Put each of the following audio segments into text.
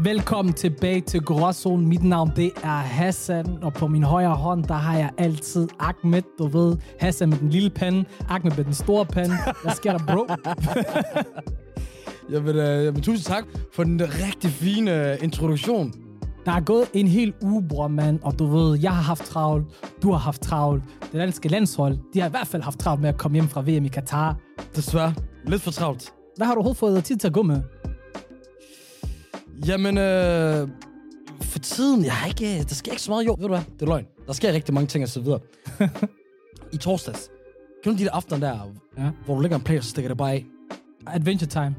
Velkommen tilbage til Gråzonen. Mit navn, det er Hassan, og på min højre hånd, der har jeg altid Ahmed, du ved. Hassan med den lille pande, Ahmed med den store pande. Hvad sker der, bro? Jamen, tusind tak for den rigtig fine introduktion. Der er gået en hel uge, bror, mand, og du ved, jeg har haft travlt, du har haft travlt. Det danske landshold, de har i hvert fald haft travlt med at komme hjem fra VM i Katar. Desværre. Lidt for travlt. Hvad har du overhovedet fået tid til at gå med? Jamen, for tiden, der sker ikke så meget. Jo, ved du hvad? Det er løgn. Der sker rigtig mange ting og så videre. I torsdags. Kan du de der aftener der, ja, hvor du lægger en play, og så stikker det bare af? Adventure time.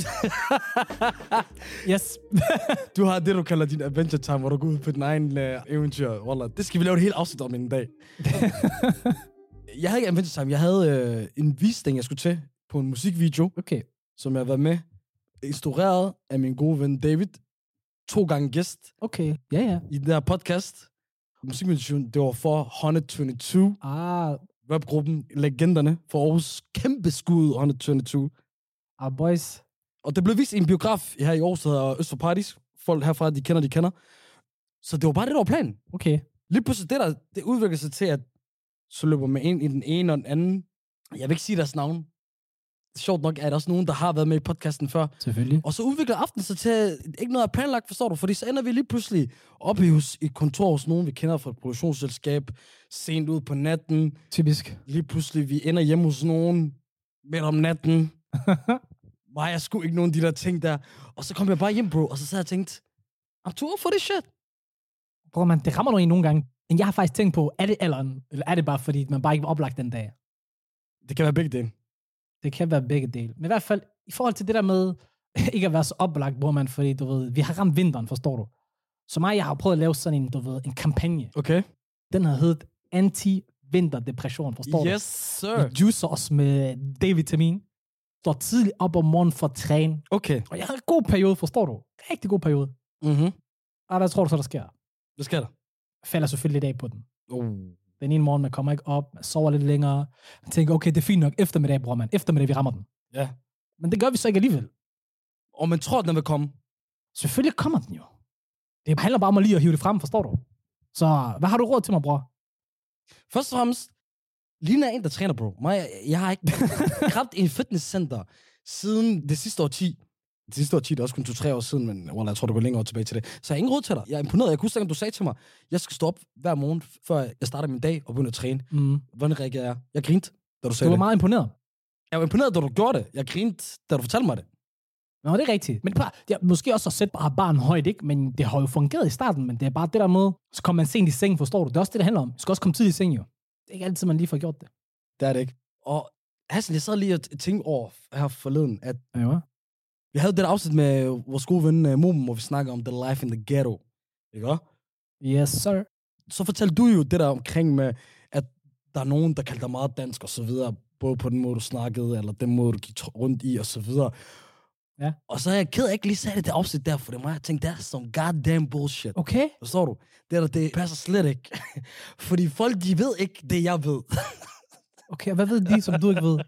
Yes. Du har det, du kalder din adventure time, hvor du går ud på din egen eventyr. Wallah. Det skal vi lave et helt afsnit om en dag. Jeg havde ikke adventure time. Jeg havde en visning, jeg skulle til på en musikvideo. Okay. Som jeg var med. Instrueret af min gode ven David. 2 gange gæst. Okay, ja. I den her podcast. Musikvideoen, det var for 122. Rapgruppen Legenderne for Aarhus. Kæmpe skud 122. Boys. Og det blev vist i en biograf her i Aarhus, der hedder Øst for Paradis. Folk herfra, de kender. Så det var bare det, der var planen. Okay. Lige pludselig det udvikler sig til, at så løber man ind i den ene og den anden. Jeg vil ikke sige deres navn. Sjovt nok er der også nogen, der har været med i podcasten før. Selvfølgelig. Og så udvikler aftenen sig til, ikke noget er planlagt, forstår du? Fordi så ender vi lige pludselig oppe i et kontor hos nogen, vi kender fra et produktionsselskab, sent ud på natten. Typisk. Lige pludselig, vi ender hjemme hos nogen, midt om natten. Var jeg sgu ikke nogen af de der ting der. Og så kom jeg bare hjem, bro, og så sad jeg og tænkte, I'm too old for this shit. Bro, man, det rammer nu en nogle gange. Men jeg har faktisk tænkt på, er det alderen, eller er det bare fordi, man bare ikke var oplagt den dag? Det kan være begge dele. Det kan være begge dele. Men i hvert fald, i forhold til det der med, ikke at være så oplagt, bror man, fordi du ved, vi har ramt vinteren, forstår du? Så jeg har prøvet at lave sådan en, du ved, en kampagne. Okay. Den har heddet Anti-Vinterdepression, forstår du? Yes, sir. Vi juicer os med D-vitamin. Står tidligt op om morgenen for at træne. Okay. Og jeg har en god periode, forstår du? Rigtig god periode. Mhm. Og hvad tror du så, der sker? Hvad sker der? Jeg falder selvfølgelig lidt af på den. Den ene morgen, man kommer ikke op, man sover lidt længere. Man tænker, okay, det er fint nok. Eftermiddag, bror man. Eftermiddag, vi rammer den. Ja. Men det gør vi så ikke alligevel. Og man tror, at den vil komme. Selvfølgelig kommer den jo. Det handler bare om at lige at hive det frem, forstår du? Så hvad har du råd til mig, bror? Først og fremmest, ligner en, der træner, bro. Jeg har ikke krabt i en fitnesscenter siden det sidste årti. Det sidste årti, det er også kun 2-3 år siden, men jeg tror, du går længere over tilbage til det. Så jeg har ingen råd til dig. Jeg er imponeret. Jeg kunne huske, at du sagde til mig, jeg skal stå op hver morgen, før jeg starter min dag og begynder at træne. Hvordan reagerede jeg? Jeg grinte, da du sagde det. Du var meget imponeret. Jeg var imponeret, da du gjorde det. Jeg grinte, da du fortalte mig det. Nå, det er rigtigt. Men måske også at sætte barn højt, ikke? Men det har jo fungeret i starten, men det er bare det der med, så kommer man sent i seng, forstår du? Det er også det, det handler om. Du skal også komme tidligt i seng, jo. Det er ikke altid, man lige får gjort det. Det er det ikke. Og Hassan, jeg sad lige og tænkte over her forleden, at ja, vi havde det afsnit med vores gode ven Momo, hvor vi snakker om the life in the ghetto. Ikke? Yes, sir. Så fortalte du jo det der omkring med, at der er nogen, der kalder dig meget dansk og så videre, både på den måde, du snakkede, eller den måde, du gik rundt i og så videre. Ja. Og så er jeg ked af, at jeg ikke lige sagde det afsnit der, for det mig. Jeg tænkte, det er some goddamn bullshit. Okay. Forstår du? Det passer slet ikke. Fordi folk, de ved ikke det, jeg ved. Okay, og hvad ved de, som du ikke ved?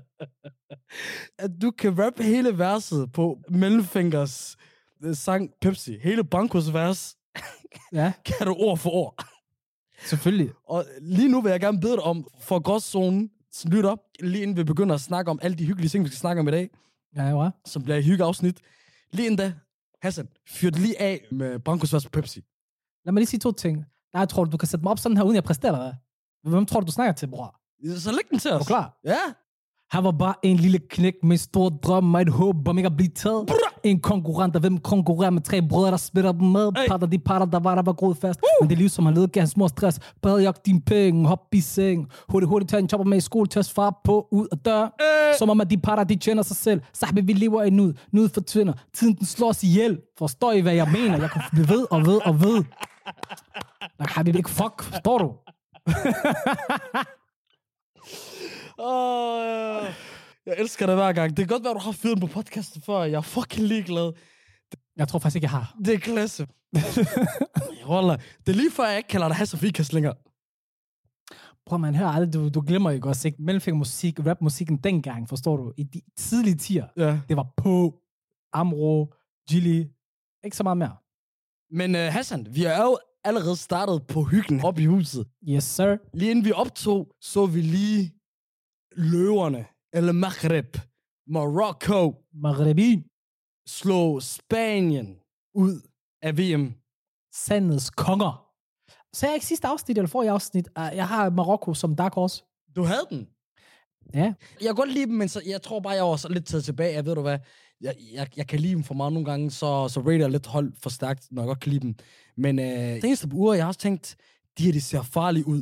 At du kan rappe hele verset på Mellemfingers sang Pepsi. Hele Bankos vers. Ja. Kan du ord for ord. Selvfølgelig. Og lige nu vil jeg gerne bede dig om, for Gråzonen lytter, lige inden vi begynder at snakke om alle de hyggelige ting, vi skal snakke om i dag. Ja. Som bliver et hyggeafsnit. Lige inden da, Hassan, fyr det lige af med Bankos vers på Pepsi. Lad mig lige sige 2 ting. Jeg tror, du kan sætte mig op sådan her, uden jeg præsterer dig. Hvem tror du snakker til, bror? Så læg den til os. Er du klar? Ja. Han var bare en lille knæk med en stor drøm og et håb om ikke at blive taget. En konkurrent, der vil konkurrere med 3 brødre, der spiller dem med. Patter, der var groet fast. Men det liv, som han levede, gav hans mor stress. Badejagt dine penge, hop i seng. Hurtigt, tag en chopper med i skole, test far på, ud og dør. Som om at de patter, de tjener sig selv. Sahbe, vi lever i nud. Nud forsvinder. Tiden, den slår os ihjel. Forstår I, hvad jeg mener? Jeg kan blive ved og ved. Har vi ikke fuck, forstår du? Jeg elsker det hver gang. Det kan godt være, du har fyret på podcasten før. Jeg er fucking ligeglad. Jeg tror faktisk ikke, jeg har. Det er klasse. Det er lige før, jeg ikke kalder dig Hassan Fikas længere. Prøv man hører aldrig, du glemmer ikke også, ikke? Mellemfingermusik, rapmusikken dengang, forstår du? I de tidlige tider, Ja. det var på Amro, Gilly, Ikke så meget mere. Men Hassan, vi er jo allerede startet på hyggen op i huset. Yes, sir. Lige inden vi optog, så vi lige løverne, eller Maghreb, Marokko, Maghrebi. slå Spanien ud af VM. Sandets konger. Så jeg ikke sidste afsnit, eller forrige afsnit. Jeg har Marokko som dark horse. Du havde den. Ja. Jeg kan godt lide dem, men så, jeg tror bare, jeg var så lidt taget tilbage. Jeg ved du hvad, jeg kan lide dem for meget nogle gange, så rater jeg lidt hold for stærkt, når jeg godt kan lide dem. Men det eneste på uger, jeg har også tænkt, de ser farlige ud.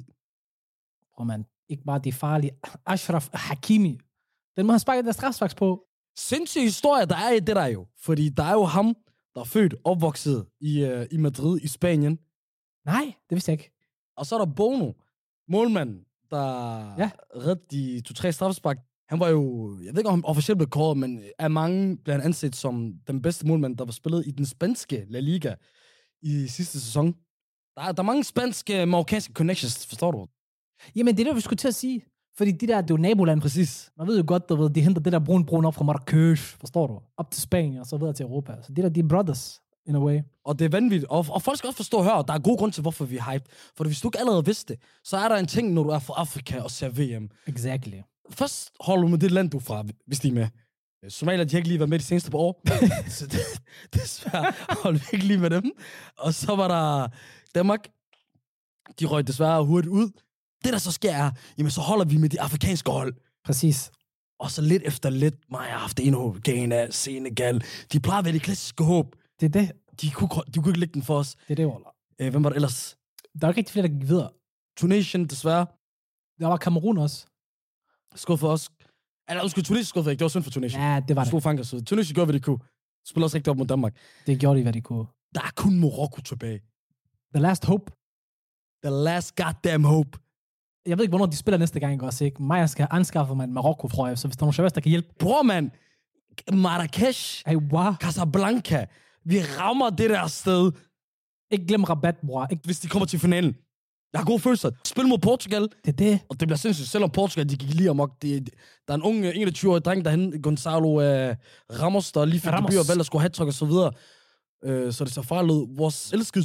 Man, ikke bare de farlige. Ashraf Hakimi. Den må have sparket der strafsparks på. Sindssyg historie, der er i det der jo. Fordi der er jo ham, der er født opvokset i Madrid, i Spanien. Nej, det vidste jeg ikke. Og så er der Bono, målmanden, der reddede de 2-3 straffespark. Han var jo, jeg ved ikke, om han officielt blev kåret, men af mange blev han anset som den bedste målmand, der var spillet i den spanske La Liga i sidste sæson. Der er mange spanske, marokkanske connections, forstår du? Jamen, det er det, vi skulle til at sige. Fordi de der, det er jo naboland. Præcis. Man ved jo godt, de henter det der brun op fra Marrakech, forstår du? Op til Spanien, og så videre til Europa. Så det der, de er brothers, in a way. Og det er vanvittigt. Og folk skal også forstå her, der er god grund til, hvorfor vi er hyped. For hvis du ikke allerede vidste det, så er der en ting, når du er fra Afrika og ser VM. Exactly. Først holder du med det land, du er fra, hvis de er med. Somalia, de har ikke lige været med de seneste par år. Så desværre holder vi ikke lige med dem. Og så var der Danmark. De røg desværre hurtigt ud. Det, der så sker er, jamen så holder vi med de afrikanske hold. Præcis. Og så lidt efter lidt, man har haft en håb. Ghana, Senegal. De plejer at være de klassiske håb. Det er det. De kunne ikke lægge den for os. Det er det, Waller. Hvem var det ellers? Der er ikke rigtig flere, der gik videre. Tunesien, desværre. Der var Kamerun også. Skål for os. Eller, Tunesien skål for ikke. Det var synd for Tunesien. Ja, det var det. Slog Frankrig ud. Tunesien gjorde, hvad de kunne. Spiller også rigtig op mod Danmark. Det gjorde de, hvad de kunne. Der er kun Marokko tilbage. The last hope. The last goddamn hope. Jeg ved ikke, hvornår de spiller næste gang, også, ikke? Maja skal anskaffe mig en Marokko, tror jeg, så hvis der er nogen Chavez, der kan hjælpe. Bror, mand. Marrakesh. Hey, wow. Casablanca. Vi rammer det der sted. Ikke glem Rabat, bror. Ikke... Hvis de kommer til finalen. Jeg har gode følelser. Spil mod Portugal. Det er det. Og det bliver sindssygt. Selvom Portugal, de gik lige amok. Der er en ung 21-årig dreng derhen, Gonzalo Ramos, der lige fik debut og valgte at skulle hat-trick og så videre. Så det så farligt ud. Vores elskede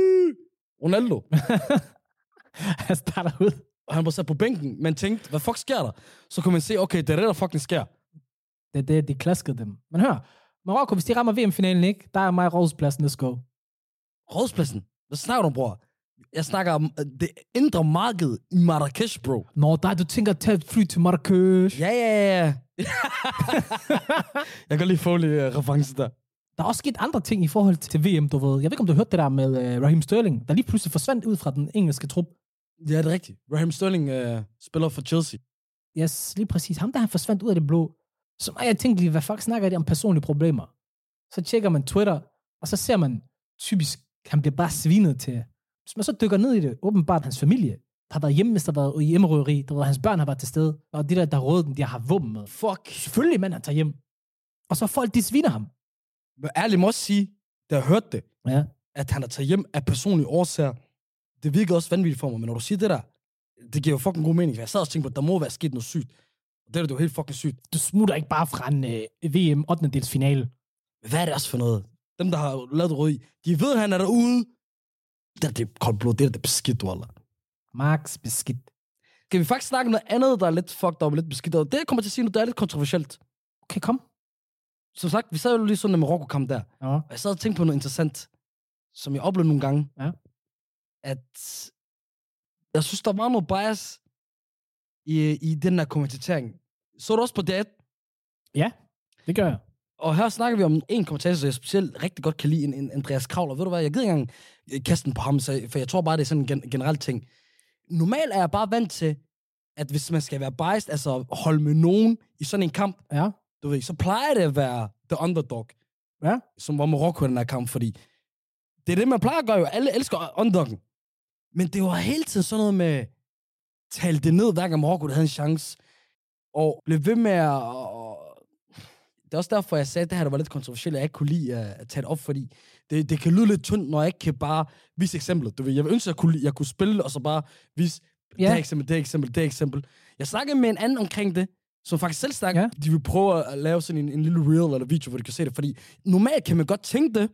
Ronaldo. Han starter ud. Og han var sat på bænken, men tænkte, hvad fuck sker der? Så kunne man se, okay, det er det, der fucking sker. Det er det, de klaskede dem. Men hør, Marokko, hvis de rammer VM-finalen, ikke? Der er mig rådspladsen, let's go. Rådspladsen? Hvad snakker du, bror? Jeg snakker om det indre marked i Marrakesh, bro. Nå, du tænker at tage et fly til Marrakesh. Ja. Jeg kan lige få lidt reference der. Der er også sket andre ting i forhold til VM, du ved. Jeg ved ikke, om du hørte det der med Raheem Sterling, der lige pludselig forsvandt ud fra den engelske trup. Ja, det er rigtigt. Raheem Sterling spiller for Chelsea. Yes, lige præcis. Ham der, han forsvandt ud af det blå. Så jeg tænkte lige, hvad fuck snakker de om personlige problemer? Så tjekker man Twitter, og så ser man typisk, han bliver bare svinet til. Hvis man så dykker ned i det, åbenbart hans familie har været hjemme, hvis der har været i hjemmerøveri, hans børn har været til stede, og de der rådede dem, de har våben med. Fuck. Selvfølgelig, mand, han tager hjem. Og så folk, de sviner ham. Men ærligt må også sige, da jeg hørte det, ja. At han er taget hjem af personlige årsager, det virker også vanvittigt for mig, men når du siger det der, det giver jo fucking god mening. Jeg sad og tænkte på, at der må være sket noget sygt. Og det er jo helt fucking sygt. Du smutter ikke bare fra en VM 8. dels finale. Hvad er det også for noget? Dem, der har lavet rød i, de ved, at han er derude. Det er koldt blod, det er beskidt, Wallah. Max beskidt. Skal vi faktisk snakke om noget andet, der er lidt fucked up, lidt beskidt? Og det kommer til at sige nu, det er lidt kontroversielt. Okay, kom. Som sagt, vi sad jo lige sådan en Marokko-kamp der. Ja. Og jeg sad og tænkte på noget interessant, som jeg oplevede nogle gange. Ja. At jeg synes, der var noget bias i den her kommentering. Så du også på det? Ja, det gør jeg. Og her snakker vi om en kommentator, som jeg specielt rigtig godt kan lide, en Andreas Kravler. Ved du hvad, jeg gider ikke engang kaste den på ham, for jeg tror bare, det er sådan en generel ting. Normalt er jeg bare vant til, at hvis man skal være biased, altså holde med nogen i sådan en kamp, ja. Du ved, så plejer det at være the underdog. Ja. Som var Marokko i den her kamp, fordi det er det, man plejer at gøre jo. Alle elsker underdoggen. Men det var hele tiden sådan noget med, tale det ned, hver gang Marokko havde en chance, og blev ved med at... Det er også derfor, jeg sagde, at det her der var lidt kontroversielt, at jeg ikke kunne lide at tage det op, fordi det kan lyde lidt tyndt, når jeg ikke kan bare vise eksempler. Du ved, jeg vil ønske, at jeg kunne spille, og så bare vise det eksempel. Jeg snakkede med en anden omkring det, som faktisk selv snakker. De vil prøve at lave sådan en lille reel eller video, hvor de kan se det, fordi normalt kan man godt tænke det,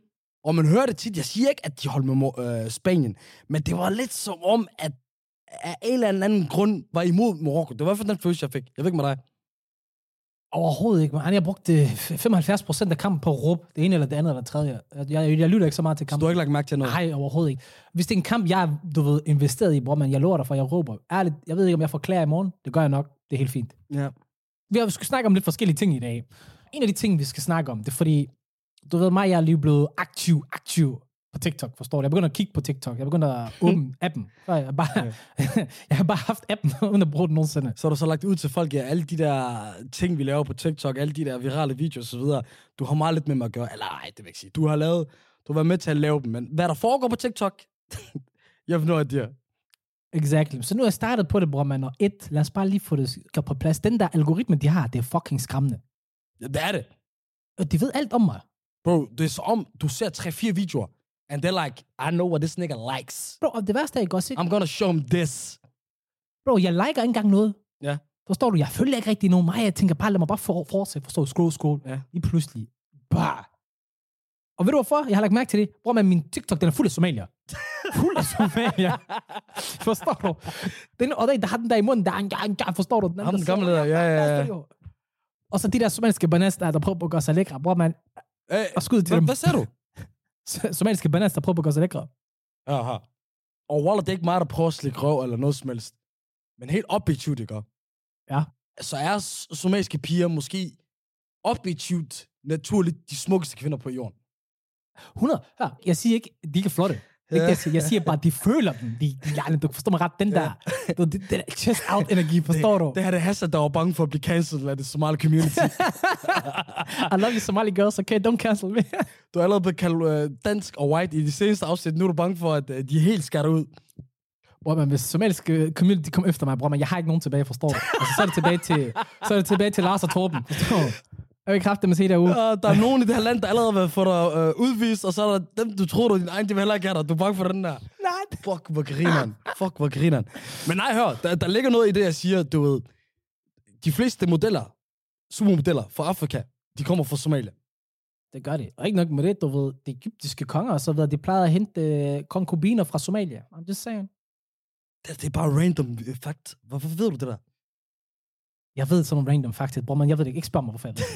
Og man hører det tit. Jeg siger ikke, at de holdt med Spanien. Men det var lidt som om, at af en eller anden grund var imod Marokko. Det var i hvert fald den følelse, jeg fik. Jeg ved ikke med dig. Overhovedet ikke, man. Jeg brugte 75% af kampen på at råbe det ene eller det andet eller det tredje. Jeg lytter ikke så meget til kampen. Så du har ikke lagt mærke til noget? Nej, overhovedet ikke. Hvis det er en kamp, jeg investeret i, bror, man, jeg lover dig for, jeg råber. Ærligt, jeg ved ikke, om jeg får klar i morgen. Det gør jeg nok. Det er helt fint. Ja. Vi skal snakke om lidt forskellige ting i dag. En af de ting, vi skal snakke om, det er fordi, du ved mig, jeg er lige blevet aktiv på TikTok, forstår du? Jeg begynder at kigge på TikTok. Jeg begynder at åbne appen. Jeg har bare haft appen, uden at bruge den nogensinde. Så har du så lagt ud til folk, ja, alle de der ting, vi laver på TikTok, alle de der virale videoer og så videre, du har meget lidt med mig at gøre. Eller nej, det vil jeg ikke sige. Du har været med til at lave dem, men hvad der foregår på TikTok, jeg har no idea. Exactly. Så nu er jeg startet på det, bror, man. Og lad os bare lige få det på plads. Den der algoritme, de har, det er fucking skræmmende. Ja, det er det. Og de ved alt om mig. Bro, det er så om, du ser 3-4 videoer, and they're like, I know what this nigga likes. Bro, og det værste er, ikke også, I'm gonna show him this. Bro, jeg liker ikke engang noget. Ja. Forstår du? Jeg følger ikke rigtig nogen mig. Jeg tænker bare, lad mig bare fortsætte. Forstår du? Scroll. Ja. Lige pludselig. Bah. Og ved du hvorfor? Jeg har lagt mærke til det. Bror, men min TikTok, den er fuld af somalier. Fuld af somalier. Forstår du? Der har den der i munden, der forstår du? Den gamle der, ja. Og så de der somaliske bananer, der prøver på at gøre sig lækre. Bror, man. Og skud til dem. Hvad siger du? Somaliske bananer, der prøver på at gøre sig lækre. Aha. Og Waller, det er ikke mig, der prøver at slikke røv eller noget som helst. Men helt objektivt, ikke? Ja. Så er somaliske piger måske objektivt naturligt de smukkeste kvinder på jorden. 100. Ja, jeg siger ikke, de ikke er flotte. Jeg siger bare, de føler dem. Du forstår mig ret, den der chest out energi, forstår du? Det her det Hassan, der var bange for at blive cancelled af det somali community. I love you Somali girls, okay, don't cancel me. Du er allerede blevet kaldt dansk og white i de seneste afsnit. Nu er du bange for, at de er helt skatter ud. Bror, men hvis somaliske community kommer efter mig, bror, men jeg har ikke nogen tilbage, forstår du? Altså, så er det tilbage til Lars og Torben, forstår du? Jeg vil ikke haft det med at se derude. Der er nogen i det her land, der allerede har været for dig udvist, og så er der dem, du tror, du er din egen, de vil heller ikke have dig. Du er bange for den der. Nej. Fuck, hvor grineren. Men nej, hør, der ligger noget i det, jeg siger, du ved. De fleste modeller, supermodeller fra Afrika, de kommer fra Somalia. Det gør de. Og ikke nok med det, du ved, de egyptiske konger, så ved de plejede at hente konkubiner fra Somalia. I'm just saying. Det er bare random fact. Hvorfor ved du det der? Jeg ved sådan nogle random facts, bror, men jeg ved det ikke. Ikke spørg mig, hvorfor jeg ved.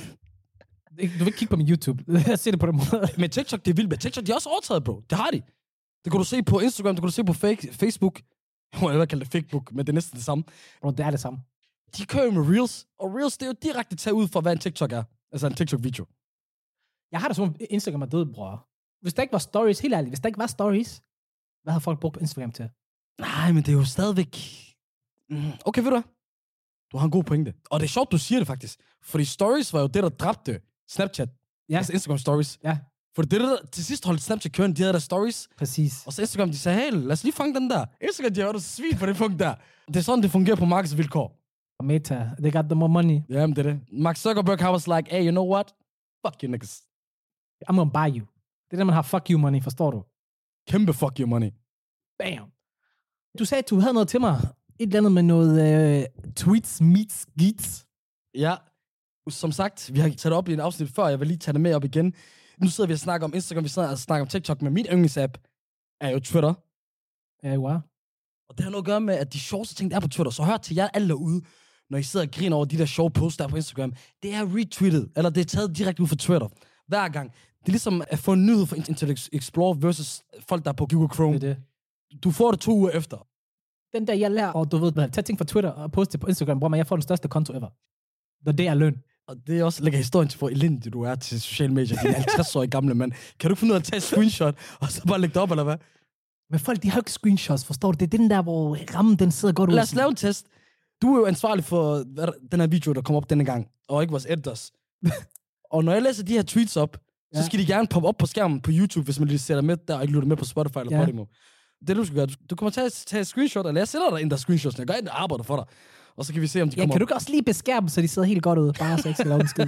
Du vil ikke kigge på min YouTube. Jeg ser det på den måde. Men TikTok, det er vildt. Men TikTok, de er også overtaget, bro. Det har de. Det kan du se på Instagram, det kan du se på Facebook. Jeg må kalde det Facebook, men det er næsten det samme. Bro, det er det samme. De kører jo med Reels, og Reels, det er jo direkte taget ud fra, hvad en TikTok er. Altså en TikTok-video. Jeg har det som Instagram er død, bror. Hvis der ikke var stories, helt ærligt, hvis der ikke var stories, hvad havde folk brugt Instagram til? Nej, men det er jo stadigvæk... Okay, ved du hvad? Du har en god pointe. Og det er sjovt, du siger det faktisk. Fordi stories var jo det, der dræbte Snapchat. Ja. Altså Instagram stories. Ja. For det der til sidst holdt Snapchat kørende, de havde der stories. Præcis. Og så Instagram, de sagde, hey, lad os lige fange den der. Instagram, de har jo svin på det punkt der. Det er sådan, det fungerer på markedsvilkår. Og Meta, they got the more money. Jamen, det er det. Mark Zuckerberg, han was like, hey, you know what? Fuck you niggas. I'm gonna buy you. Det er der, man har fuck you money, forstår du? Kæmpe fuck you money. Bam. Du sagde, at du havde noget til mig. Et eller andet med noget tweets, meets, geets. Ja, som sagt, vi har taget det op i en afsnit før, jeg vil lige tage det med op igen. Nu sidder vi og snakker om Instagram, vi sidder og snakker om TikTok, men min yndlingsapp er jo Twitter. Ja, wow. Og det har noget at gøre med, at de sjoveste ting, der er på Twitter, så hør til jer alle derude, når I sidder og griner over de der sjove posts, der er på Instagram. Det er retweetet, eller det er taget direkte ud fra Twitter. Hver gang. Det er ligesom at få en nyhed fra Internet Explorer versus folk, der er på Google Chrome. Det. Du får det 2 uger efter. Den der, jeg lærer, og du ved, tage ting fra Twitter og poste på Instagram, bror, men jeg får den største konto ever. Det er løn. Og det er også, lægger historien til, hvor elendig du er til sociale medier. Din 50-årige gamle mand. Kan du ikke finde ud af at tage et screenshot, og så bare lægge det op, eller hvad? Men folk, de har jo ikke screenshots, forstår du? Det er den der, hvor rammen, den sidder godt ud. Lad os lave en test. Du er jo ansvarlig for den her video, der kommer op denne gang, og ikke vores editors. Og når jeg læser de her tweets op, så skal de gerne poppe op på skærmen på YouTube, hvis man lige sætter med der, og ikke lytter med på Spotify eller Podimo. Det du skal gøre, du kommer til at tage et screenshot, eller jeg sætter dig ind der screenshots, jeg gør ind og arbejder for dig. Og så kan vi se, om de kommer kan du ikke også lige beskære dem, så de sidder helt godt ud? Bare så ikke skal lave en skid.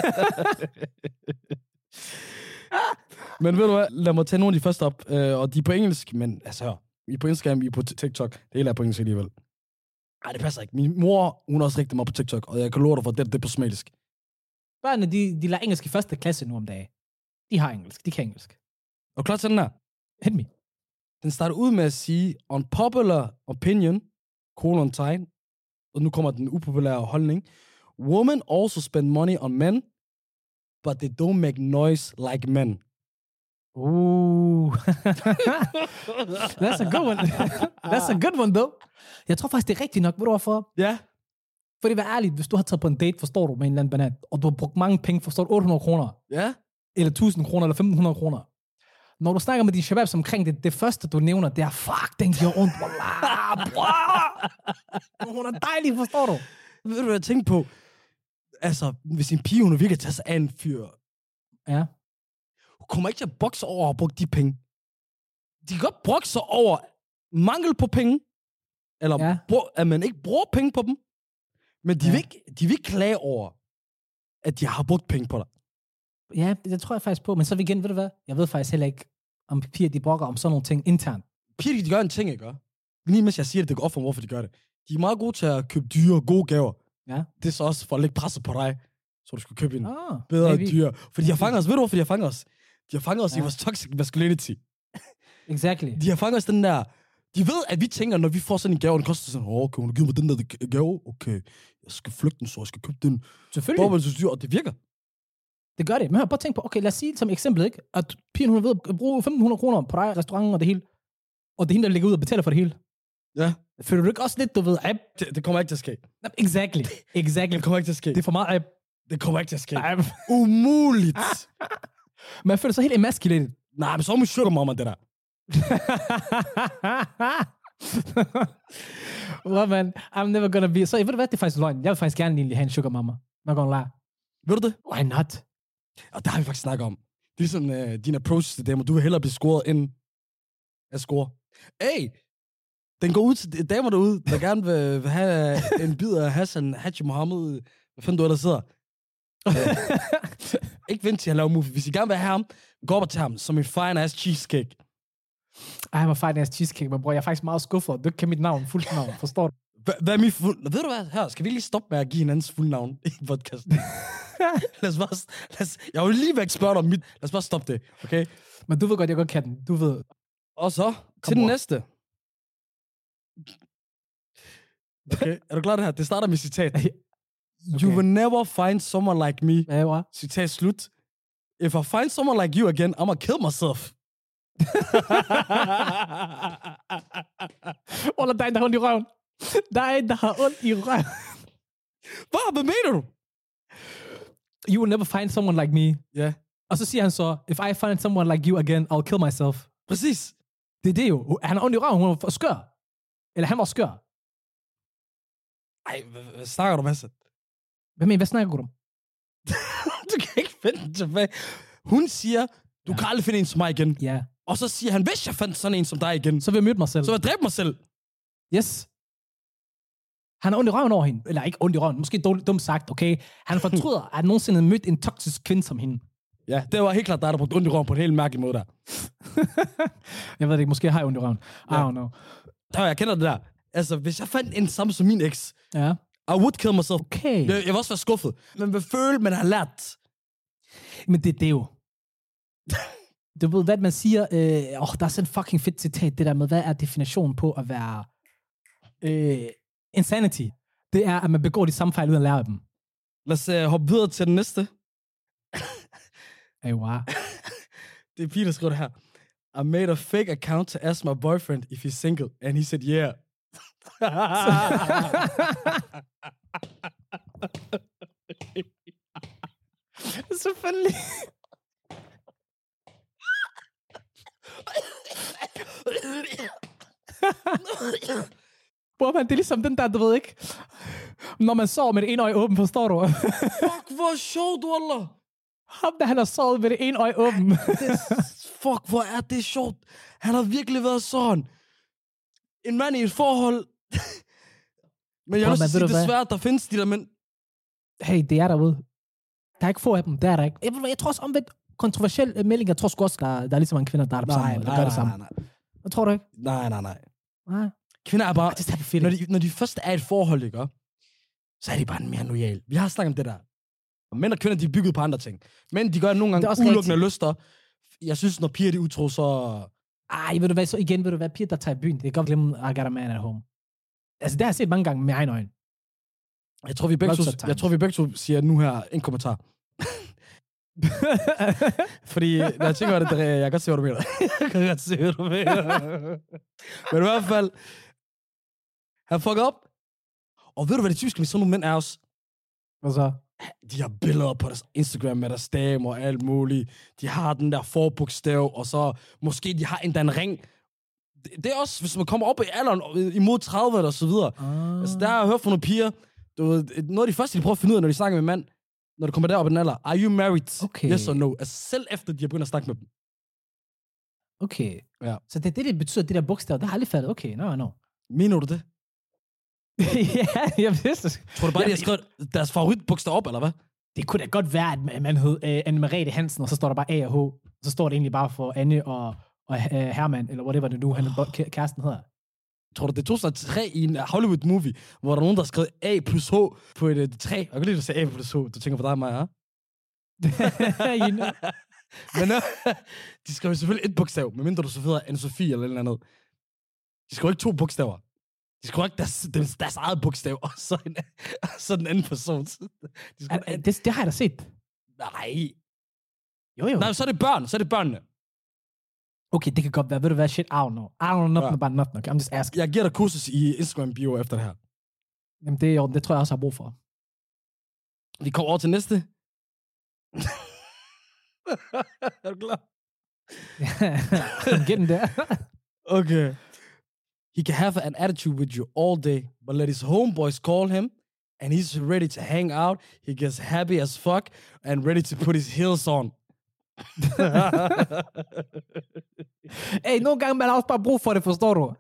Men ved du hvad, lad mig tage nogle af de første op, og de er på engelsk, men altså hør, I er på Instagram, I er på TikTok, det hele er på engelsk alligevel. Nej, det passer ikke. Min mor, hun har også rigtig meget på TikTok, og jeg kan love dig for, det er på somalisk. Børnene, de lærer engelsk i første klasse nu om dagen. De har engelsk, de kan engelsk. du klar til den her? Hit me. Den starter ud med at sige, unpopular opinion, tegn, og nu kommer den upopulære holdning. Women also spend money on men, but they don't make noise like men. That's a good one. That's a good one, though. Jeg tror faktisk, det er rigtigt nok. Ved du hvorfor? Ja. For det er ærligt, hvis du har taget på en date, forstår du, med en eller anden banan, og du har brugt mange penge, forstår du, 800 kroner, Ja. eller 1000 kroner, eller 1500 kroner. Når du snakker med dine shababs omkring det, det første, du nævner, det er, fuck, den gjorde ondt, wallah, bror. Hun er dejlig, forstår du? Ved du, hvad jeg tænkte på? Altså, hvis en pige, hun virkelig tager sig af en fyr, Ja. hun kommer ikke til at bokse over at bruge de penge. De kan godt brokke sig over mangel på penge, eller at man ikke bruger penge på dem, men de vil ikke klage over, at de har brugt penge på dig. Ja, det tror jeg faktisk på, men så igen, ved du hvad? Jeg ved faktisk heller ikke, om piger, de brokker om sådan nogle ting internt. Piger, de gør en ting, ikke? Lige mens jeg siger det, det går op for mig, hvorfor de gør det. De er meget gode til at købe dyre, gode gaver. Ja. Det er så også for at lægge presset på dig, så du skal købe en bedre dyr. For de har fanget os. Ved du, hvorfor de har fanget os? De har fanget os i vores toxic masculinity. Exactly. De har fanget os den der... De ved, at vi tænker, når vi får sådan en gave, den koster sådan, okay, hun har givet mig den der gave, okay, jeg skal flygte den, så jeg skal købe den. Selvfølgelig. Dobbelt så dyr, og det virker. Det gør det. Men hør, bare tænk på, okay, lad os sige som eksempel, ikke? At pigen, hun ved at bruge 1.500 kroner på dig, restauranten og det hele. Og det er hende, der ligger ud og betaler for det hele. Ja. Føler du ikke også lidt, du ved, det kommer ikke til at ske. Exactly. Det kommer ikke til at ske. Det er for meget Det kommer ikke til at ske. Umuligt. Men jeg føler så helt emasculated. Nej, men så må sugar mama det der. Well, man, I'm never gonna be... Så ved du hvad, det er faktisk løgn. Jeg vil faktisk gerne egentlig have en sugar mama. Not gonna lie. Ved du det? Why not? Og der har vi faktisk snakket om. Det er ligesom din approach til damer. Du vil hellere blive scoret end at score. Hey! Den går ud til damer derude, der gerne vil have en bid af Hassan Haji Mohammed. Hvad fanden du ellers sidder? Ikke vent til at lave movie. Hvis I gerne vil have ham, gå op og tage ham som en fine ass cheesecake. Ej, jeg var fine ass cheesecake, men bror, jeg er faktisk meget skuffet. Du kan mit navn, fuldt navn, forstår du? Hvad er mit fuld... Ved du hvad? Her, skal vi lige stoppe med at give hinandens fuld navn i podcasten? Jeg vil lige væk spørge dig om mit... Lad os bare stoppe det, okay? Men du ved godt, jeg godt kan den. Du ved... Og så, til den næste. Okay, er du klar det her? Det starter med citat. Okay. You will never find someone like me. Ja, citat slut. If I find someone like you again, I'm gonna kill myself. Wallah, der er en, der har ondt i røven. Der er en, der har ondt i røven. Hvad mener du? You will never find someone like me. Ja. Yeah. Og så siger han så, if I find someone like you again, I'll kill myself. Præcis. Det er det jo. Han har ondt i røven, hun var skør. Eller han var skør. Ej, hvad snakker du, Hassan? Hvad snakker du om? Du kan ikke finde den tilbage. Hun siger, du kan aldrig finde en som mig igen. Ja. Og så siger han, hvis jeg fandt sådan en som dig igen, så vil jeg møde mig selv. Så vil jeg dræbe mig selv. Yes. Han har ondt i røven over hende. Eller ikke ondt i røven, måske dumt sagt, okay? Han fortryder, at han nogensinde mødt en toksisk kvinde som hende. Ja, det var helt klart dig, der brugte ondt i røven på en helt mærkelig måde der. Jeg ved det ikke, måske har jeg ondt i røven. I don't know. Jeg kender det der. Altså, hvis jeg fandt en samme som min eks, ja. I would kill myself. Okay. Jeg vil også være skuffet. Men hvad føler man har lært? Men det er det jo. Du ved, hvad man siger, der er sådan en fucking fedt citat, det der med, hvad er definitionen på at være insanity? Det er, at man begår de samme fejl uden at lære af dem. Lad os hoppe videre til den næste. Hey, wow. Det er Peter, der skriver det her. I made a fake account to ask my boyfriend if he's single, and he said yeah. Selvfølgelig. Bror, man, det er ligesom den der, du ved ikke. Når man sover med det ene øje åben, forstår du? Fuck, hvor sjovt, Wallah. Ham der, han har sovet med det ene øje åben. Fuck, hvor er det sjovt. Han har virkelig været sådan. En mand i et forhold. Men jeg vil sige, desværre, der findes de der mænd. Hey, det er derude. Der er ikke få af dem, det er der ikke. Jeg tror også omvendt kontroversiel melding. Jeg tror sgu også, der er lige så mange kvinder, der er der sammen. Der gør det samme. Nej. Hvad tror du ikke? Nej. Kvinder er bare... Når de først er et forhold, ikke? Så er de bare mere loyal. Vi har snakket om det der. Mænd og kvinder, de er bygget på andre ting. Men de gør nogle gange udelukkende lyster. Jeg synes, når piger de utro, så... Ej, ved du hvad, så igen, ved du hvad, piger, der tager i byen, det kan godt glemme, I got a man at home. Altså, det har jeg set mange gange med egen øjne. Jeg tror, vi begge to siger nu her en kommentar. Fordi, når jeg tænker det, jeg kan godt se, hvad du mener. Jeg kan godt se, hvad du mener. Men i hvert fald, han fucker op. Og ved du, hvad det typisk med sådan nogle mænd er også? Hvad så? De har billeder på deres Instagram med deres dame og alt muligt. De har den der forbogstav, og så måske de har endda en ring. Det er også, hvis man kommer op i alderen, imod 30 og så videre. Altså, der har jeg hørt fra nogle piger, du ved, noget af de første, de prøver at finde ud af, når de snakker med mand, når det kommer derop i den alder, are you married? Okay. Yes or no? Altså, selv efter de har begyndt at snakke med dem. Okay. Ja. Så det betyder, det der bogstav, det har aldrig faldet. Okay, no. Mener du det? Ja, jeg vidste det. Tror du bare, de har skrevet deres favoritbogstav op, eller hvad? Det kunne da godt være, at man hed Anne-Marie Hansen, og så står der bare A og H. Så står det egentlig bare for Anne og Herman, eller whatever det nu, kæresten hedder. Tror du, det tog sig 3 i en Hollywood-movie, hvor der er nogen, der har skrevet A plus H på et 3? Jeg kan lide, at du siger A plus H. Du tænker på dig og mig, ja? Men de skrev selvfølgelig et bogstav, medmindre du så hedder Anne-Sophie eller noget andet. De skrev ikke 2 bogstaver. De skrev ikke deres eget bogstav, og så den anden person. Det har jeg da set. Nej. Jo. Nej, så er det børnene. Okay, det kan godt være. Ved du hvad? Shit, I don't know nothing about nothing. Okay? I'm just asking. Jeg giver dig kursus i Instagram-bio efter det her. Jamen, det tror jeg også, jeg har brug for. Vi kommer over til næste. Er du klar? I'm getting there. Okay. He can have an attitude with you all day, but let his homeboys call him, and he's ready to hang out. He gets happy as fuck, and ready to put his heels on. Hey, nogle gange man har også bare brug for det, forstår du?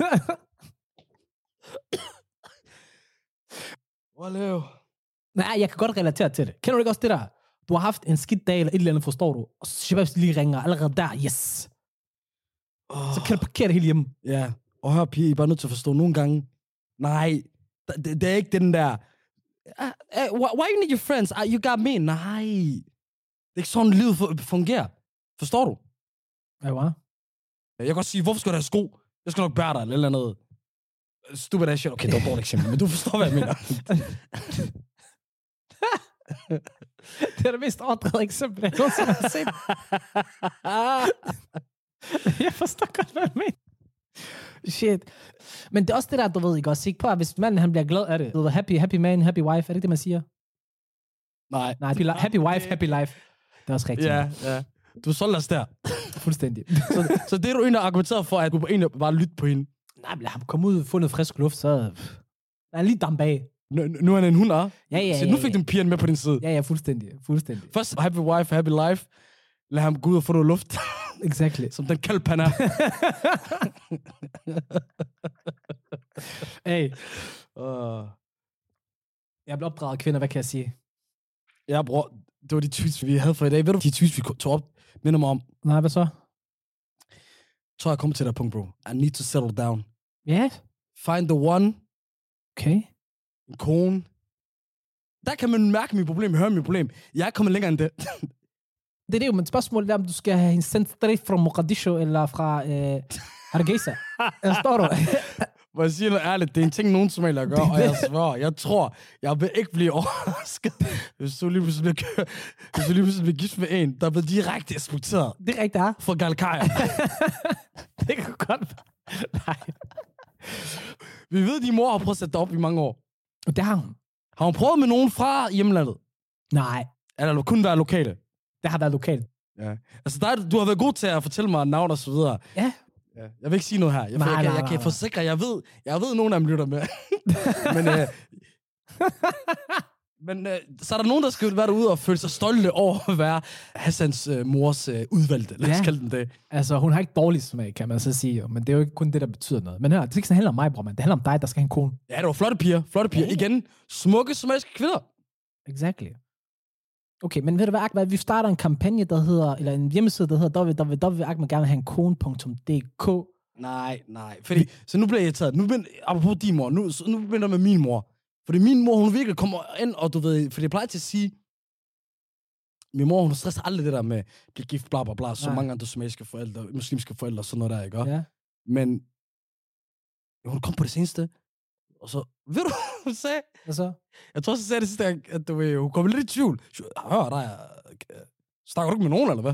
Nej, jeg kan godt relatere til det. Kender du ikke også det der? Du har haft en skidt dag eller et eller andet, forstår du? Og så Shababs lige ringer allerede der, yes. Så kan du parkere det hele hjemme. Ja, og hør pige, I er bare nødt til at forstå nogle gange. Nej, det er ikke den der... why you need your friends? You got me. Nej. Det er ikke sådan, livet fungerer. Forstår du? Ja, hvad? Jeg kan godt sige, hvorfor skal du have sko? Jeg skal nok bære dig, eller andet. Stupid ass shit. Okay, det var et dårligt eksempel, men du forstår, hvad jeg mener. Det er det mest overdrevet eksempel, jeg nogensinde har set. Jeg forstår godt, hvad jeg mener. Shit. Men det er også det der, du ved ikke også. Ikke på, at hvis manden han bliver glad af det. Du ved, happy man, happy wife. Er det det, man siger? Nej. Happy wife, happy life. Det er også rigtigt. Ja. Du solgte os der. Fuldstændig. så det er du egentlig argumenteret for, at du egentlig bare lytte på hende? Nej, men lad ham komme ud og få noget frisk luft, så... Der er lige damp af. Nu er han en hund, ja? Ja. Så nu fik du pigerne med på din side. Ja, fuldstændig. Først happy wife, happy life. Lad ham gå ud og få noget luft. Exactly. Som den kalp, han er. Hey. Jeg blev opdraget af kvinder, hvad kan jeg sige? Ja, bror. Det var de tweets, vi havde for i dag. Ved du, de tweets, vi tog op, minder mig om. Nej, hvad så? Så jeg kommer til det punkt, bro. I need to settle down. Ja? Yeah. Find the one. Okay. En kone. Der kan man mærke mit problem, høre mit problem. Jeg er kommet længere end det. Det er det jo, men spørgsmålet er, om du skal have hende sendt straight fra Mogadishu eller fra Hargeisa. Forstår du? Hvor jeg siger noget ærligt, det er en ting, nogen somalier gør, og jeg svarer, jeg tror, jeg vil ikke blive overrasket, hvis du lige pludselig bliver gift med en, der er blevet direkte eksporteret. Det er rigtigt, ja. Fra Galkaja. Det kan godt være. Nej. Vi ved, at din mor har prøvet at sætte dig op i mange år. Og det har hun. Har hun prøvet med nogen fra hjemlandet? Nej. Eller kun være lokale? Det har været lokalt. Ja. Altså, du har været god til at fortælle mig navn og så videre. Ja. Jeg vil ikke sige noget her. Jeg kan forsikre, jeg ved, nogen af dem lytter med. men så er der nogen, der skal være derude og føle sig stolte over at være Hassans mors udvalgte. Lad os kalde den det. Altså, hun har ikke dårlig smag, kan man så sige. Men det er jo ikke kun det, der betyder noget. Men hør, det er ikke sådan handler om mig, bror, man. Det handler om dig, der skal have en kone. Ja, det var flotte piger. Igen, smukke somaliske kvinder. Exactly. Okay, men ved du hvad, Ahmed, vi starter en kampagne, der hedder, eller en hjemmeside, der hedder www.ahmedgernehavenkone.dk. Nej. Fordi, så nu bliver jeg irriteret. Apropos din mor, nu begynder jeg med min mor. Fordi min mor, hun virkelig kommer ind, og du ved, for jeg plejer til at sige, Min mor, hun stresser aldrig det der med, at blive gift, bla bla bla, så mange andre somaliske forældre, muslimske forældre, sådan noget der, ikke? Ja. Men hun kom på det seneste, og så, ved du, hun sagde? Hvad så? Jeg tror, så sagde det sidste gang, at hun kom lidt i tvivl. Hør dig, snakker du ikke med nogen, eller hvad?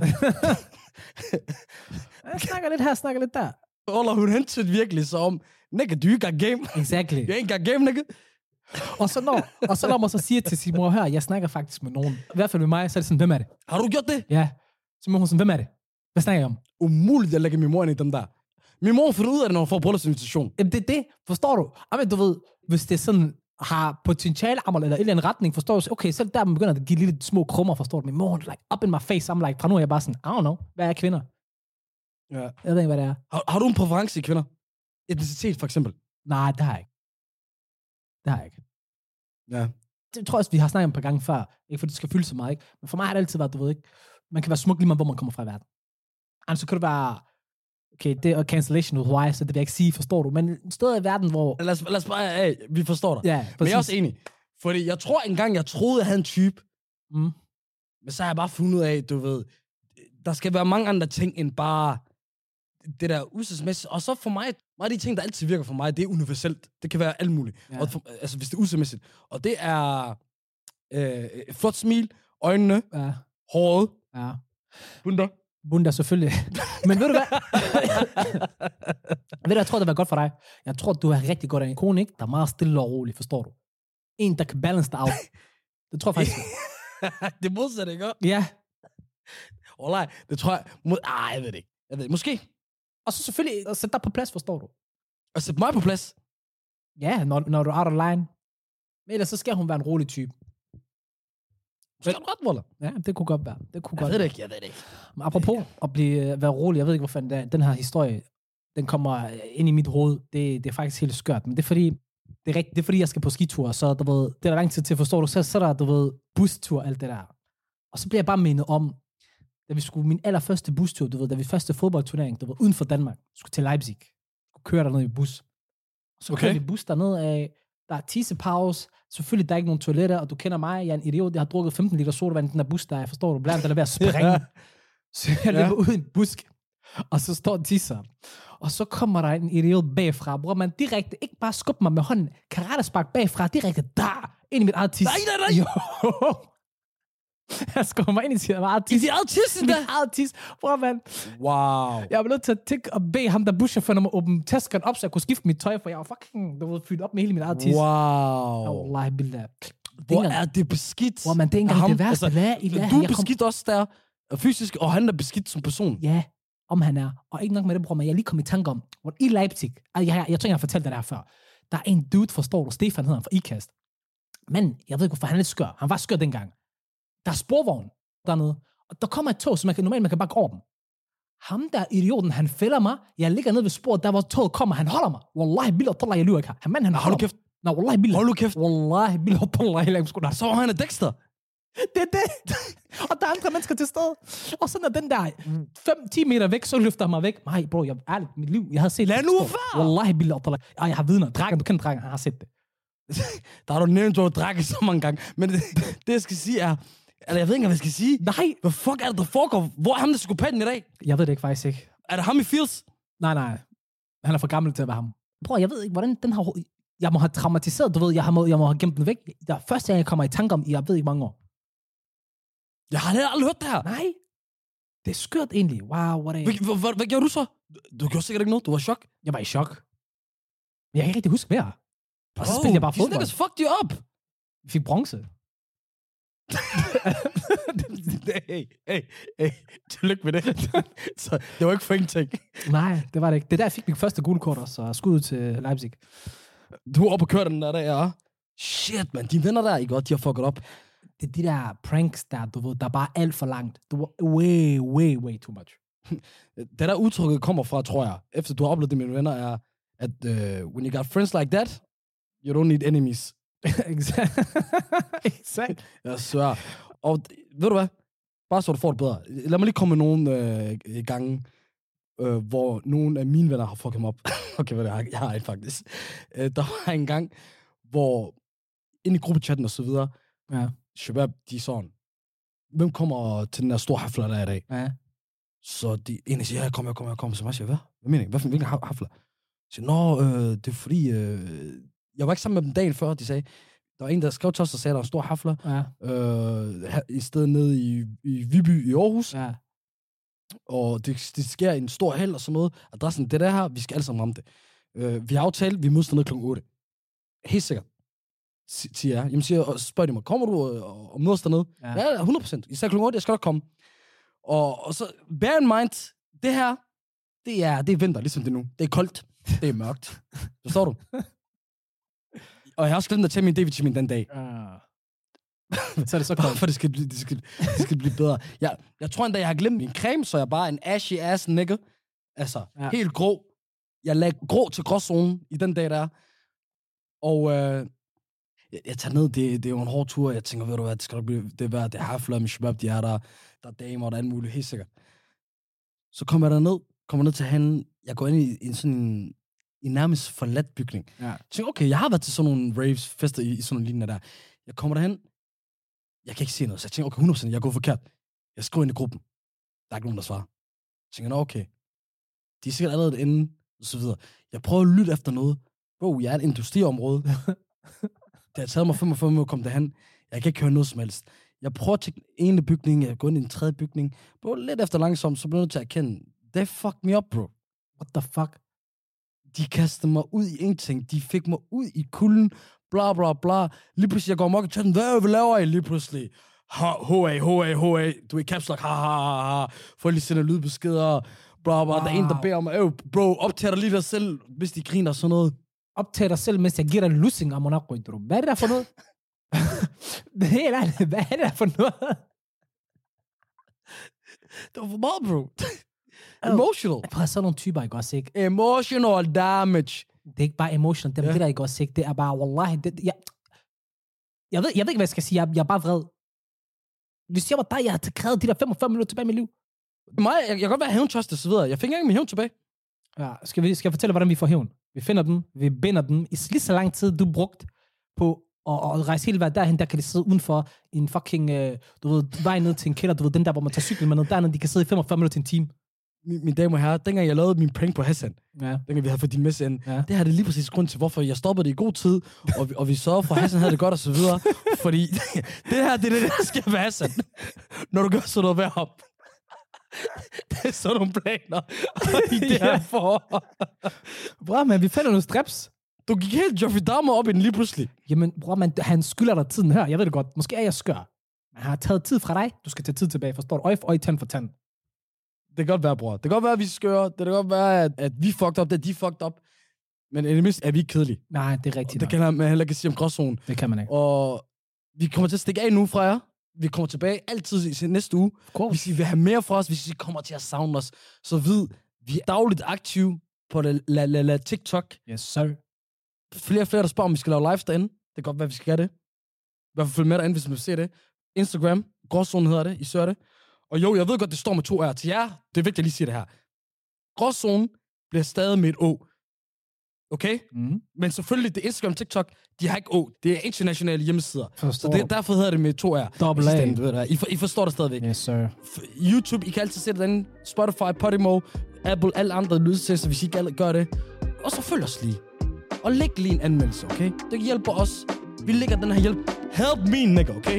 Jeg snakker lidt her, snakker lidt der. Eller hun hentede virkelig så om, nigga, do you got game? Exactly. You ain't got game, nigga. Og så når man så siger til sin mor, hør, jeg snakker faktisk med nogen. I hvert fald med mig, så er det sådan, hvem er det? Har du gjort det? Ja. Så må hun sådan, hvem er det? Hvad snakker jeg om? Umuligt at lægge min mor ind i dem der. Min mor finder ud af det, når hun får bryllupsinvitation. Jamen det er det, forstår du? Jamen du ved, hvis det sådan har potentiale eller en eller anden retning, forstår du? Okay, selv der man begynder at give lidt små krummer, forstår du? Min mor, like, up in my face, I'm like, fra nu er jeg bare sådan, I don't know, hvad er kvinder? Ja. Jeg ved ikke, hvad det er. Har du en præference i kvinder? Etnicitet, for eksempel? Nej, det har jeg ikke. Det har jeg ikke. Ja. Det tror jeg også, vi har snakket om et par gange før. Ikke fordi det skal fylde så meget, ikke? Men for mig har det altid været, du ved ikke, man kan være smuk lige meget, hvor man kommer fra i verden. Altså så kan det være, okay, det er cancellation with why, så det vil jeg ikke sige, forstår du? Men et sted i verden, hvor... Lad os bare, vi forstår dig. Ja, men jeg er også enig. Fordi jeg tror engang, jeg troede, jeg havde en type. Men så har jeg bare fundet ud af, du ved, der skal være mange andre ting, end bare det der usædsmæssigt. Og så for mig, meget af de ting, der altid virker for mig, det er universelt. Det kan være alt muligt. Ja. Og altså, hvis det er usædsmæssigt. Og det er flot smil, øjnene, håret, bunder. Bunda selvfølgelig. Men ved du hvad? Ved du, jeg tror, det var godt for dig. Jeg tror, du er rigtig godt af en kone, ikke? Der er meget stille og rolig, forstår du? En, der kan balance dig out. Det tror jeg faktisk. Det modsatte, ikke? Ja. Nej, det tror jeg... jeg ved det ikke. Jeg ved det. Måske. Og så selvfølgelig at sætte dig på plads, forstår du? Og sætte mig på plads? Ja, når du er out of line. Men ellers så skal hun være en rolig type. Skal du ret, Waller? Ja, det kunne godt være. Jeg ved det ikke. Men apropos at være rolig, jeg ved ikke, hvorfor den her historie, den kommer ind i mit hoved. Det er faktisk helt skørt, men det er fordi, det er fordi, jeg skal på skitur, så du ved, det er der lang tid til, forstår du, så er der, du ved, bustur, alt det der. Og så bliver jeg bare mindet om, da vi skulle min allerførste bustur, du ved, da vi første fodboldturnering, du ved, uden for Danmark, skulle til Leipzig, skulle køre derned i bus. Så kører vi bus derned af, der er tissepause, selvfølgelig der er ikke nogen toiletter, og du kender mig, jeg er en idiot, jeg har drukket 15 liter sodavand i den der bus, der jeg forstår du, blandt andet ved at springe. Så jeg løber ud i en busk, og så står tisser. Og så kommer der en idiot bagfra, hvor man direkte, ikke bare skubber mig med hånden, karatespark bagfra, direkte der, ind i mit eget tis. Nej. Jo. Jeg skubber mig ind i sit eget tis. I dit eget tis? I mit eget tis. Hvor man... Wow. Jeg var nødt til at tænke og bede ham, der buschaufføren om at åbne taskeren op, så jeg kunne skifte mit tøj, for jeg var fucking, du ved, fyldt op med hele mit eget tis. Wow. Wallahi billah. Hvor er det beskidt? Hvor man, det er ikke engang det værste. Du er beskidt også der, fysisk, og han er beskidt som person. Ja, om han er. Og ikke nok med det, bror, men jeg lige kom i tanke om, hvor i Leipzig, jeg tror ikke, jeg har fortalt dig det her før, der er en dude, forstår du, Stefan hedder han, fra IKAST. Men jeg ved ikke, hvorfor han er lidt skør. Han var skør dengang. Der er sporvogn dernede, og der kommer et tog, så normalt man kan bare gå over den. Ham der idioten, han fælder mig. Jeg ligger nede ved sporet, der hvor toget kommer, han holder mig. Wallahi billah, tallah, jeg lyver ikke her. Han hold kæft. Nå, wallahi billah. Hold kæft. Wallahi billah, tallah, jeg sgu da. Så var han en Dexter. Det er det. Og der er andre mennesker til stede. Og så når den der 5-10 meter væk, så løfter han mig væk. Nej, bro, ærligt, mit liv, jeg havde set lad nu være. Wallahi billah, tallah. Jeg har vidner. Dragen, du kender Dragen, han har set det. Der har du nævnt, du har drukket så mange gange. Men det jeg skal sige er, eller jeg ved ikke, hvad jeg skal sige. Nej. Hvad fuck er det, der foregår? Hvor er ham, der psykopaten i dag? Jeg ved det ikke, faktisk ikke. Er det ham i Fields? Nej. Han er for gammel til at være ham. Bror, jeg ved ikke, hvordan den har... Jeg må have traumatiseret, du ved, jeg må have gemt den væk. Det er første gang, jeg kommer i tanke om, jeg ved ikke mange år. Jeg har aldrig hørt det her. Nej. Det er skørt egentlig. Wow, what a... Hvad gjorde du så? Du gjorde sikkert ikke noget. Du var i chok. Jeg var i chok. Men jeg kan ikke rigtig huske mere. Og så spillede jeg bare fodbold. These niggas fucked you up. Vi fik bronze. Hey. Tillykke med det. Så det var ikke for ingenting. Nej, det var det ikke. Det er der, jeg fik mit første gule kort også, og skud til Leipzig. Du er oppe og kører den der, ja. Shit, man. De venner der, ikke godt, de har fucket op. Det er de der pranks der, du ved, der er bare alt for langt. Du var way too much. Det der udtrykket kommer fra, tror jeg, efter du har oplevet det med mine venner, er, at when you got friends like that, you don't need enemies. Exakt. Jeg svær. Og ved du hvad? Bare så du får det bedre. Lad mig lige komme med nogle gange, hvor nogle af mine venner har fucket mig op. Okay, hvad det er? Jeg har en faktisk. Der var en gang, hvor inde i gruppechatten og så videre, ja. Shabab, de er sådan, hvem kommer til den der store hafler, der er i dag? Ja. Så en siger, jeg kommer. Så jeg siger, hvad? Hvad mener I? Hvilken hafler? Så det er fordi, jeg var ikke sammen med dem dagen før, de sagde, der var en, der skrev til os og sagde, der var en stor hafler, i stedet nede i Viby i Aarhus, og det sker i en stor hal og sådan noget. Adressen, det der her, vi skal alle sammen ramme det. Vi har aftalt, vi mødes dernede kl. 8. Helt sikkert. Siger jeg. Jamen spørger de mig, kommer du og mødes dernede? Ja, 100%. I sagde kl. 8, jeg skal nok komme. Og så, bear in mind, det her, det er vinter, ligesom det nu. Det er koldt. Det er mørkt. Forstår du? Og jeg har også glemt at tage min D-vitamin den dag. Så er det så koldt. For det skal blive bedre. Jeg tror endda, jeg har glemt min creme, så jeg bare en ashy ass nigga. Altså, helt grå. Jeg lagde grå til gråzonen i den dag der. Og jeg tager ned, det er jo en hård tur. Jeg tænker, ved du hvad, det skal nok blive det værd. Det er hafler, min shabab, de er der er damer, der er alt muligt, helt sikkert. Så kommer jeg ned til hende. Jeg går ind i sådan en nærmest forladt bygning. Jeg tænker, okay, jeg har været til sådan nogle raves, fester i sådan nogle lignende der. Jeg kommer derhen. Jeg kan ikke se noget, så jeg tænker, okay, 100%, jeg er gået forkert. Jeg skriver ind i gruppen. Der er ikke nogen, der svarer. Jeg tænker, okay. De er sikkert allerede inde, og så videre. Jeg prøver at lytte efter noget. Bro, jeg er et industriområde. Det har taget mig 45 minutter at komme derhen. Jeg kan ikke høre noget som helst. Jeg prøver at tjekke den ene bygning, jeg går ind i den tredje bygning. Bro, lidt efter langsomt, så bliver jeg nødt til at erkende, they fucked me up, bro. What the fuck? De kastede mig ud i ingenting. De fik mig ud i kulden. Bla, bla, bla. Lige pludselig, jeg går mok i chatten. Hvad laver I lige pludselig? HA. Du er i caps lock. Ha. Får lige sende lydbeskeder. Bla, bla. Der er en, der beder mig. Bro, optag dig lige dig selv, hvis de griner og sådan noget. Optag dig selv, mens jeg giver dig en lussing af Monaco. Hvad er det der for noget? Hvad er det der for noget? Det var for meget, bro. Emotional. Jeg prøver sådan nogle typer, ikke også, ikke? Emotional damage. Det er ikke bare emotional. Det der ikke også, ikke? Det er bare, wallahi, jeg ved ikke, hvad jeg skal sige. Jeg er bare vred. Hvis jeg var dig, jeg havde krævet de der 45 minutter tilbage i mit liv. Jeg kan godt være hævntrust og så videre. Jeg fik ikke min hævn tilbage. Ja, skal jeg fortælle, hvordan vi får hævn? Vi finder dem, vi binder dem. I lige så lang tid, du brugt på at rejse hele vejen derhen, der kan de sidde udenfor i en fucking, vej ned til en kælder, den der, hvor man tager cyklen med ned, dernede, de kan sidde i 45 minutter til en time. Mine damer og herrer, dengang jeg lavede min prank på Hassan, dengang vi havde fået din messe ind, det her er det lige præcis grund til, hvorfor jeg stoppede det i god tid, og vi sørgede for, at Hassan havde det godt og så videre, fordi det her, det er det, der sker med Hassan, når du gør sådan noget ved ham. Det er sådan nogle planer, og det er for. Bror, man, vi finder nogle straps. Du gik helt Jeffrey Dahmer op i den lige pludselig. Jamen, bror, man, han skylder dig tiden her. Jeg ved det godt. Måske er jeg skør. Men han har taget tid fra dig. Du skal tage tid tilbage, forstår du? Øje for øje, tand for tand. Det kan godt være, bror. Det kan godt være, at vi skører. Det kan godt være, at vi fucked up, at de fucked up. Men i det mindste er vi ikke kedelige. Nej, det er rigtigt. Det kan man heller ikke sige om gråzonen. Det kan man ikke. Og vi kommer til at stikke af nu fra jer. Vi kommer tilbage altid i næste uge. Hvis I vil have mere fra os, hvis I kommer til at savne os, så vid, vi er dagligt aktive på la TikTok. Yes, sir. Flere og flere, der spørger, om vi skal lave lives derinde. Det kan godt være, vi skal gøre det. I hvert fald følge med derinde, hvis man vil se det. Instagram, Gråzonen hedder det. I søger det. Og jo, jeg ved godt, det står med 2 R til jer. Det er vigtigt, at jeg lige siger det her. Gråzonen bliver stadig med et O. Okay? Mm. Men selvfølgelig, det Instagram, TikTok, de har ikke O. Det er internationale hjemmesider. Så derfor hedder det med 2 R. Double A. I forstår det stadigvæk. Yes, sir. YouTube, I kan altid se det derinde. Spotify, Podimo, Apple, alle andre lydtjenester, hvis I ikke gør det. Og så følg os lige. Og læg lige en anmeldelse, okay? Det hjælper os. Vi lægger den her hjælp. Help me, nigga, okay?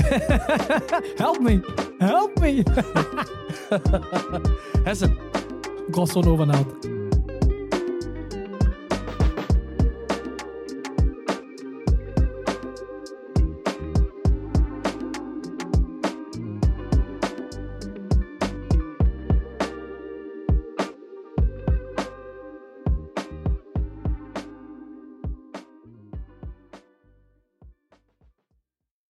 Help me. Help me. Hassan. Gråzonen over and out.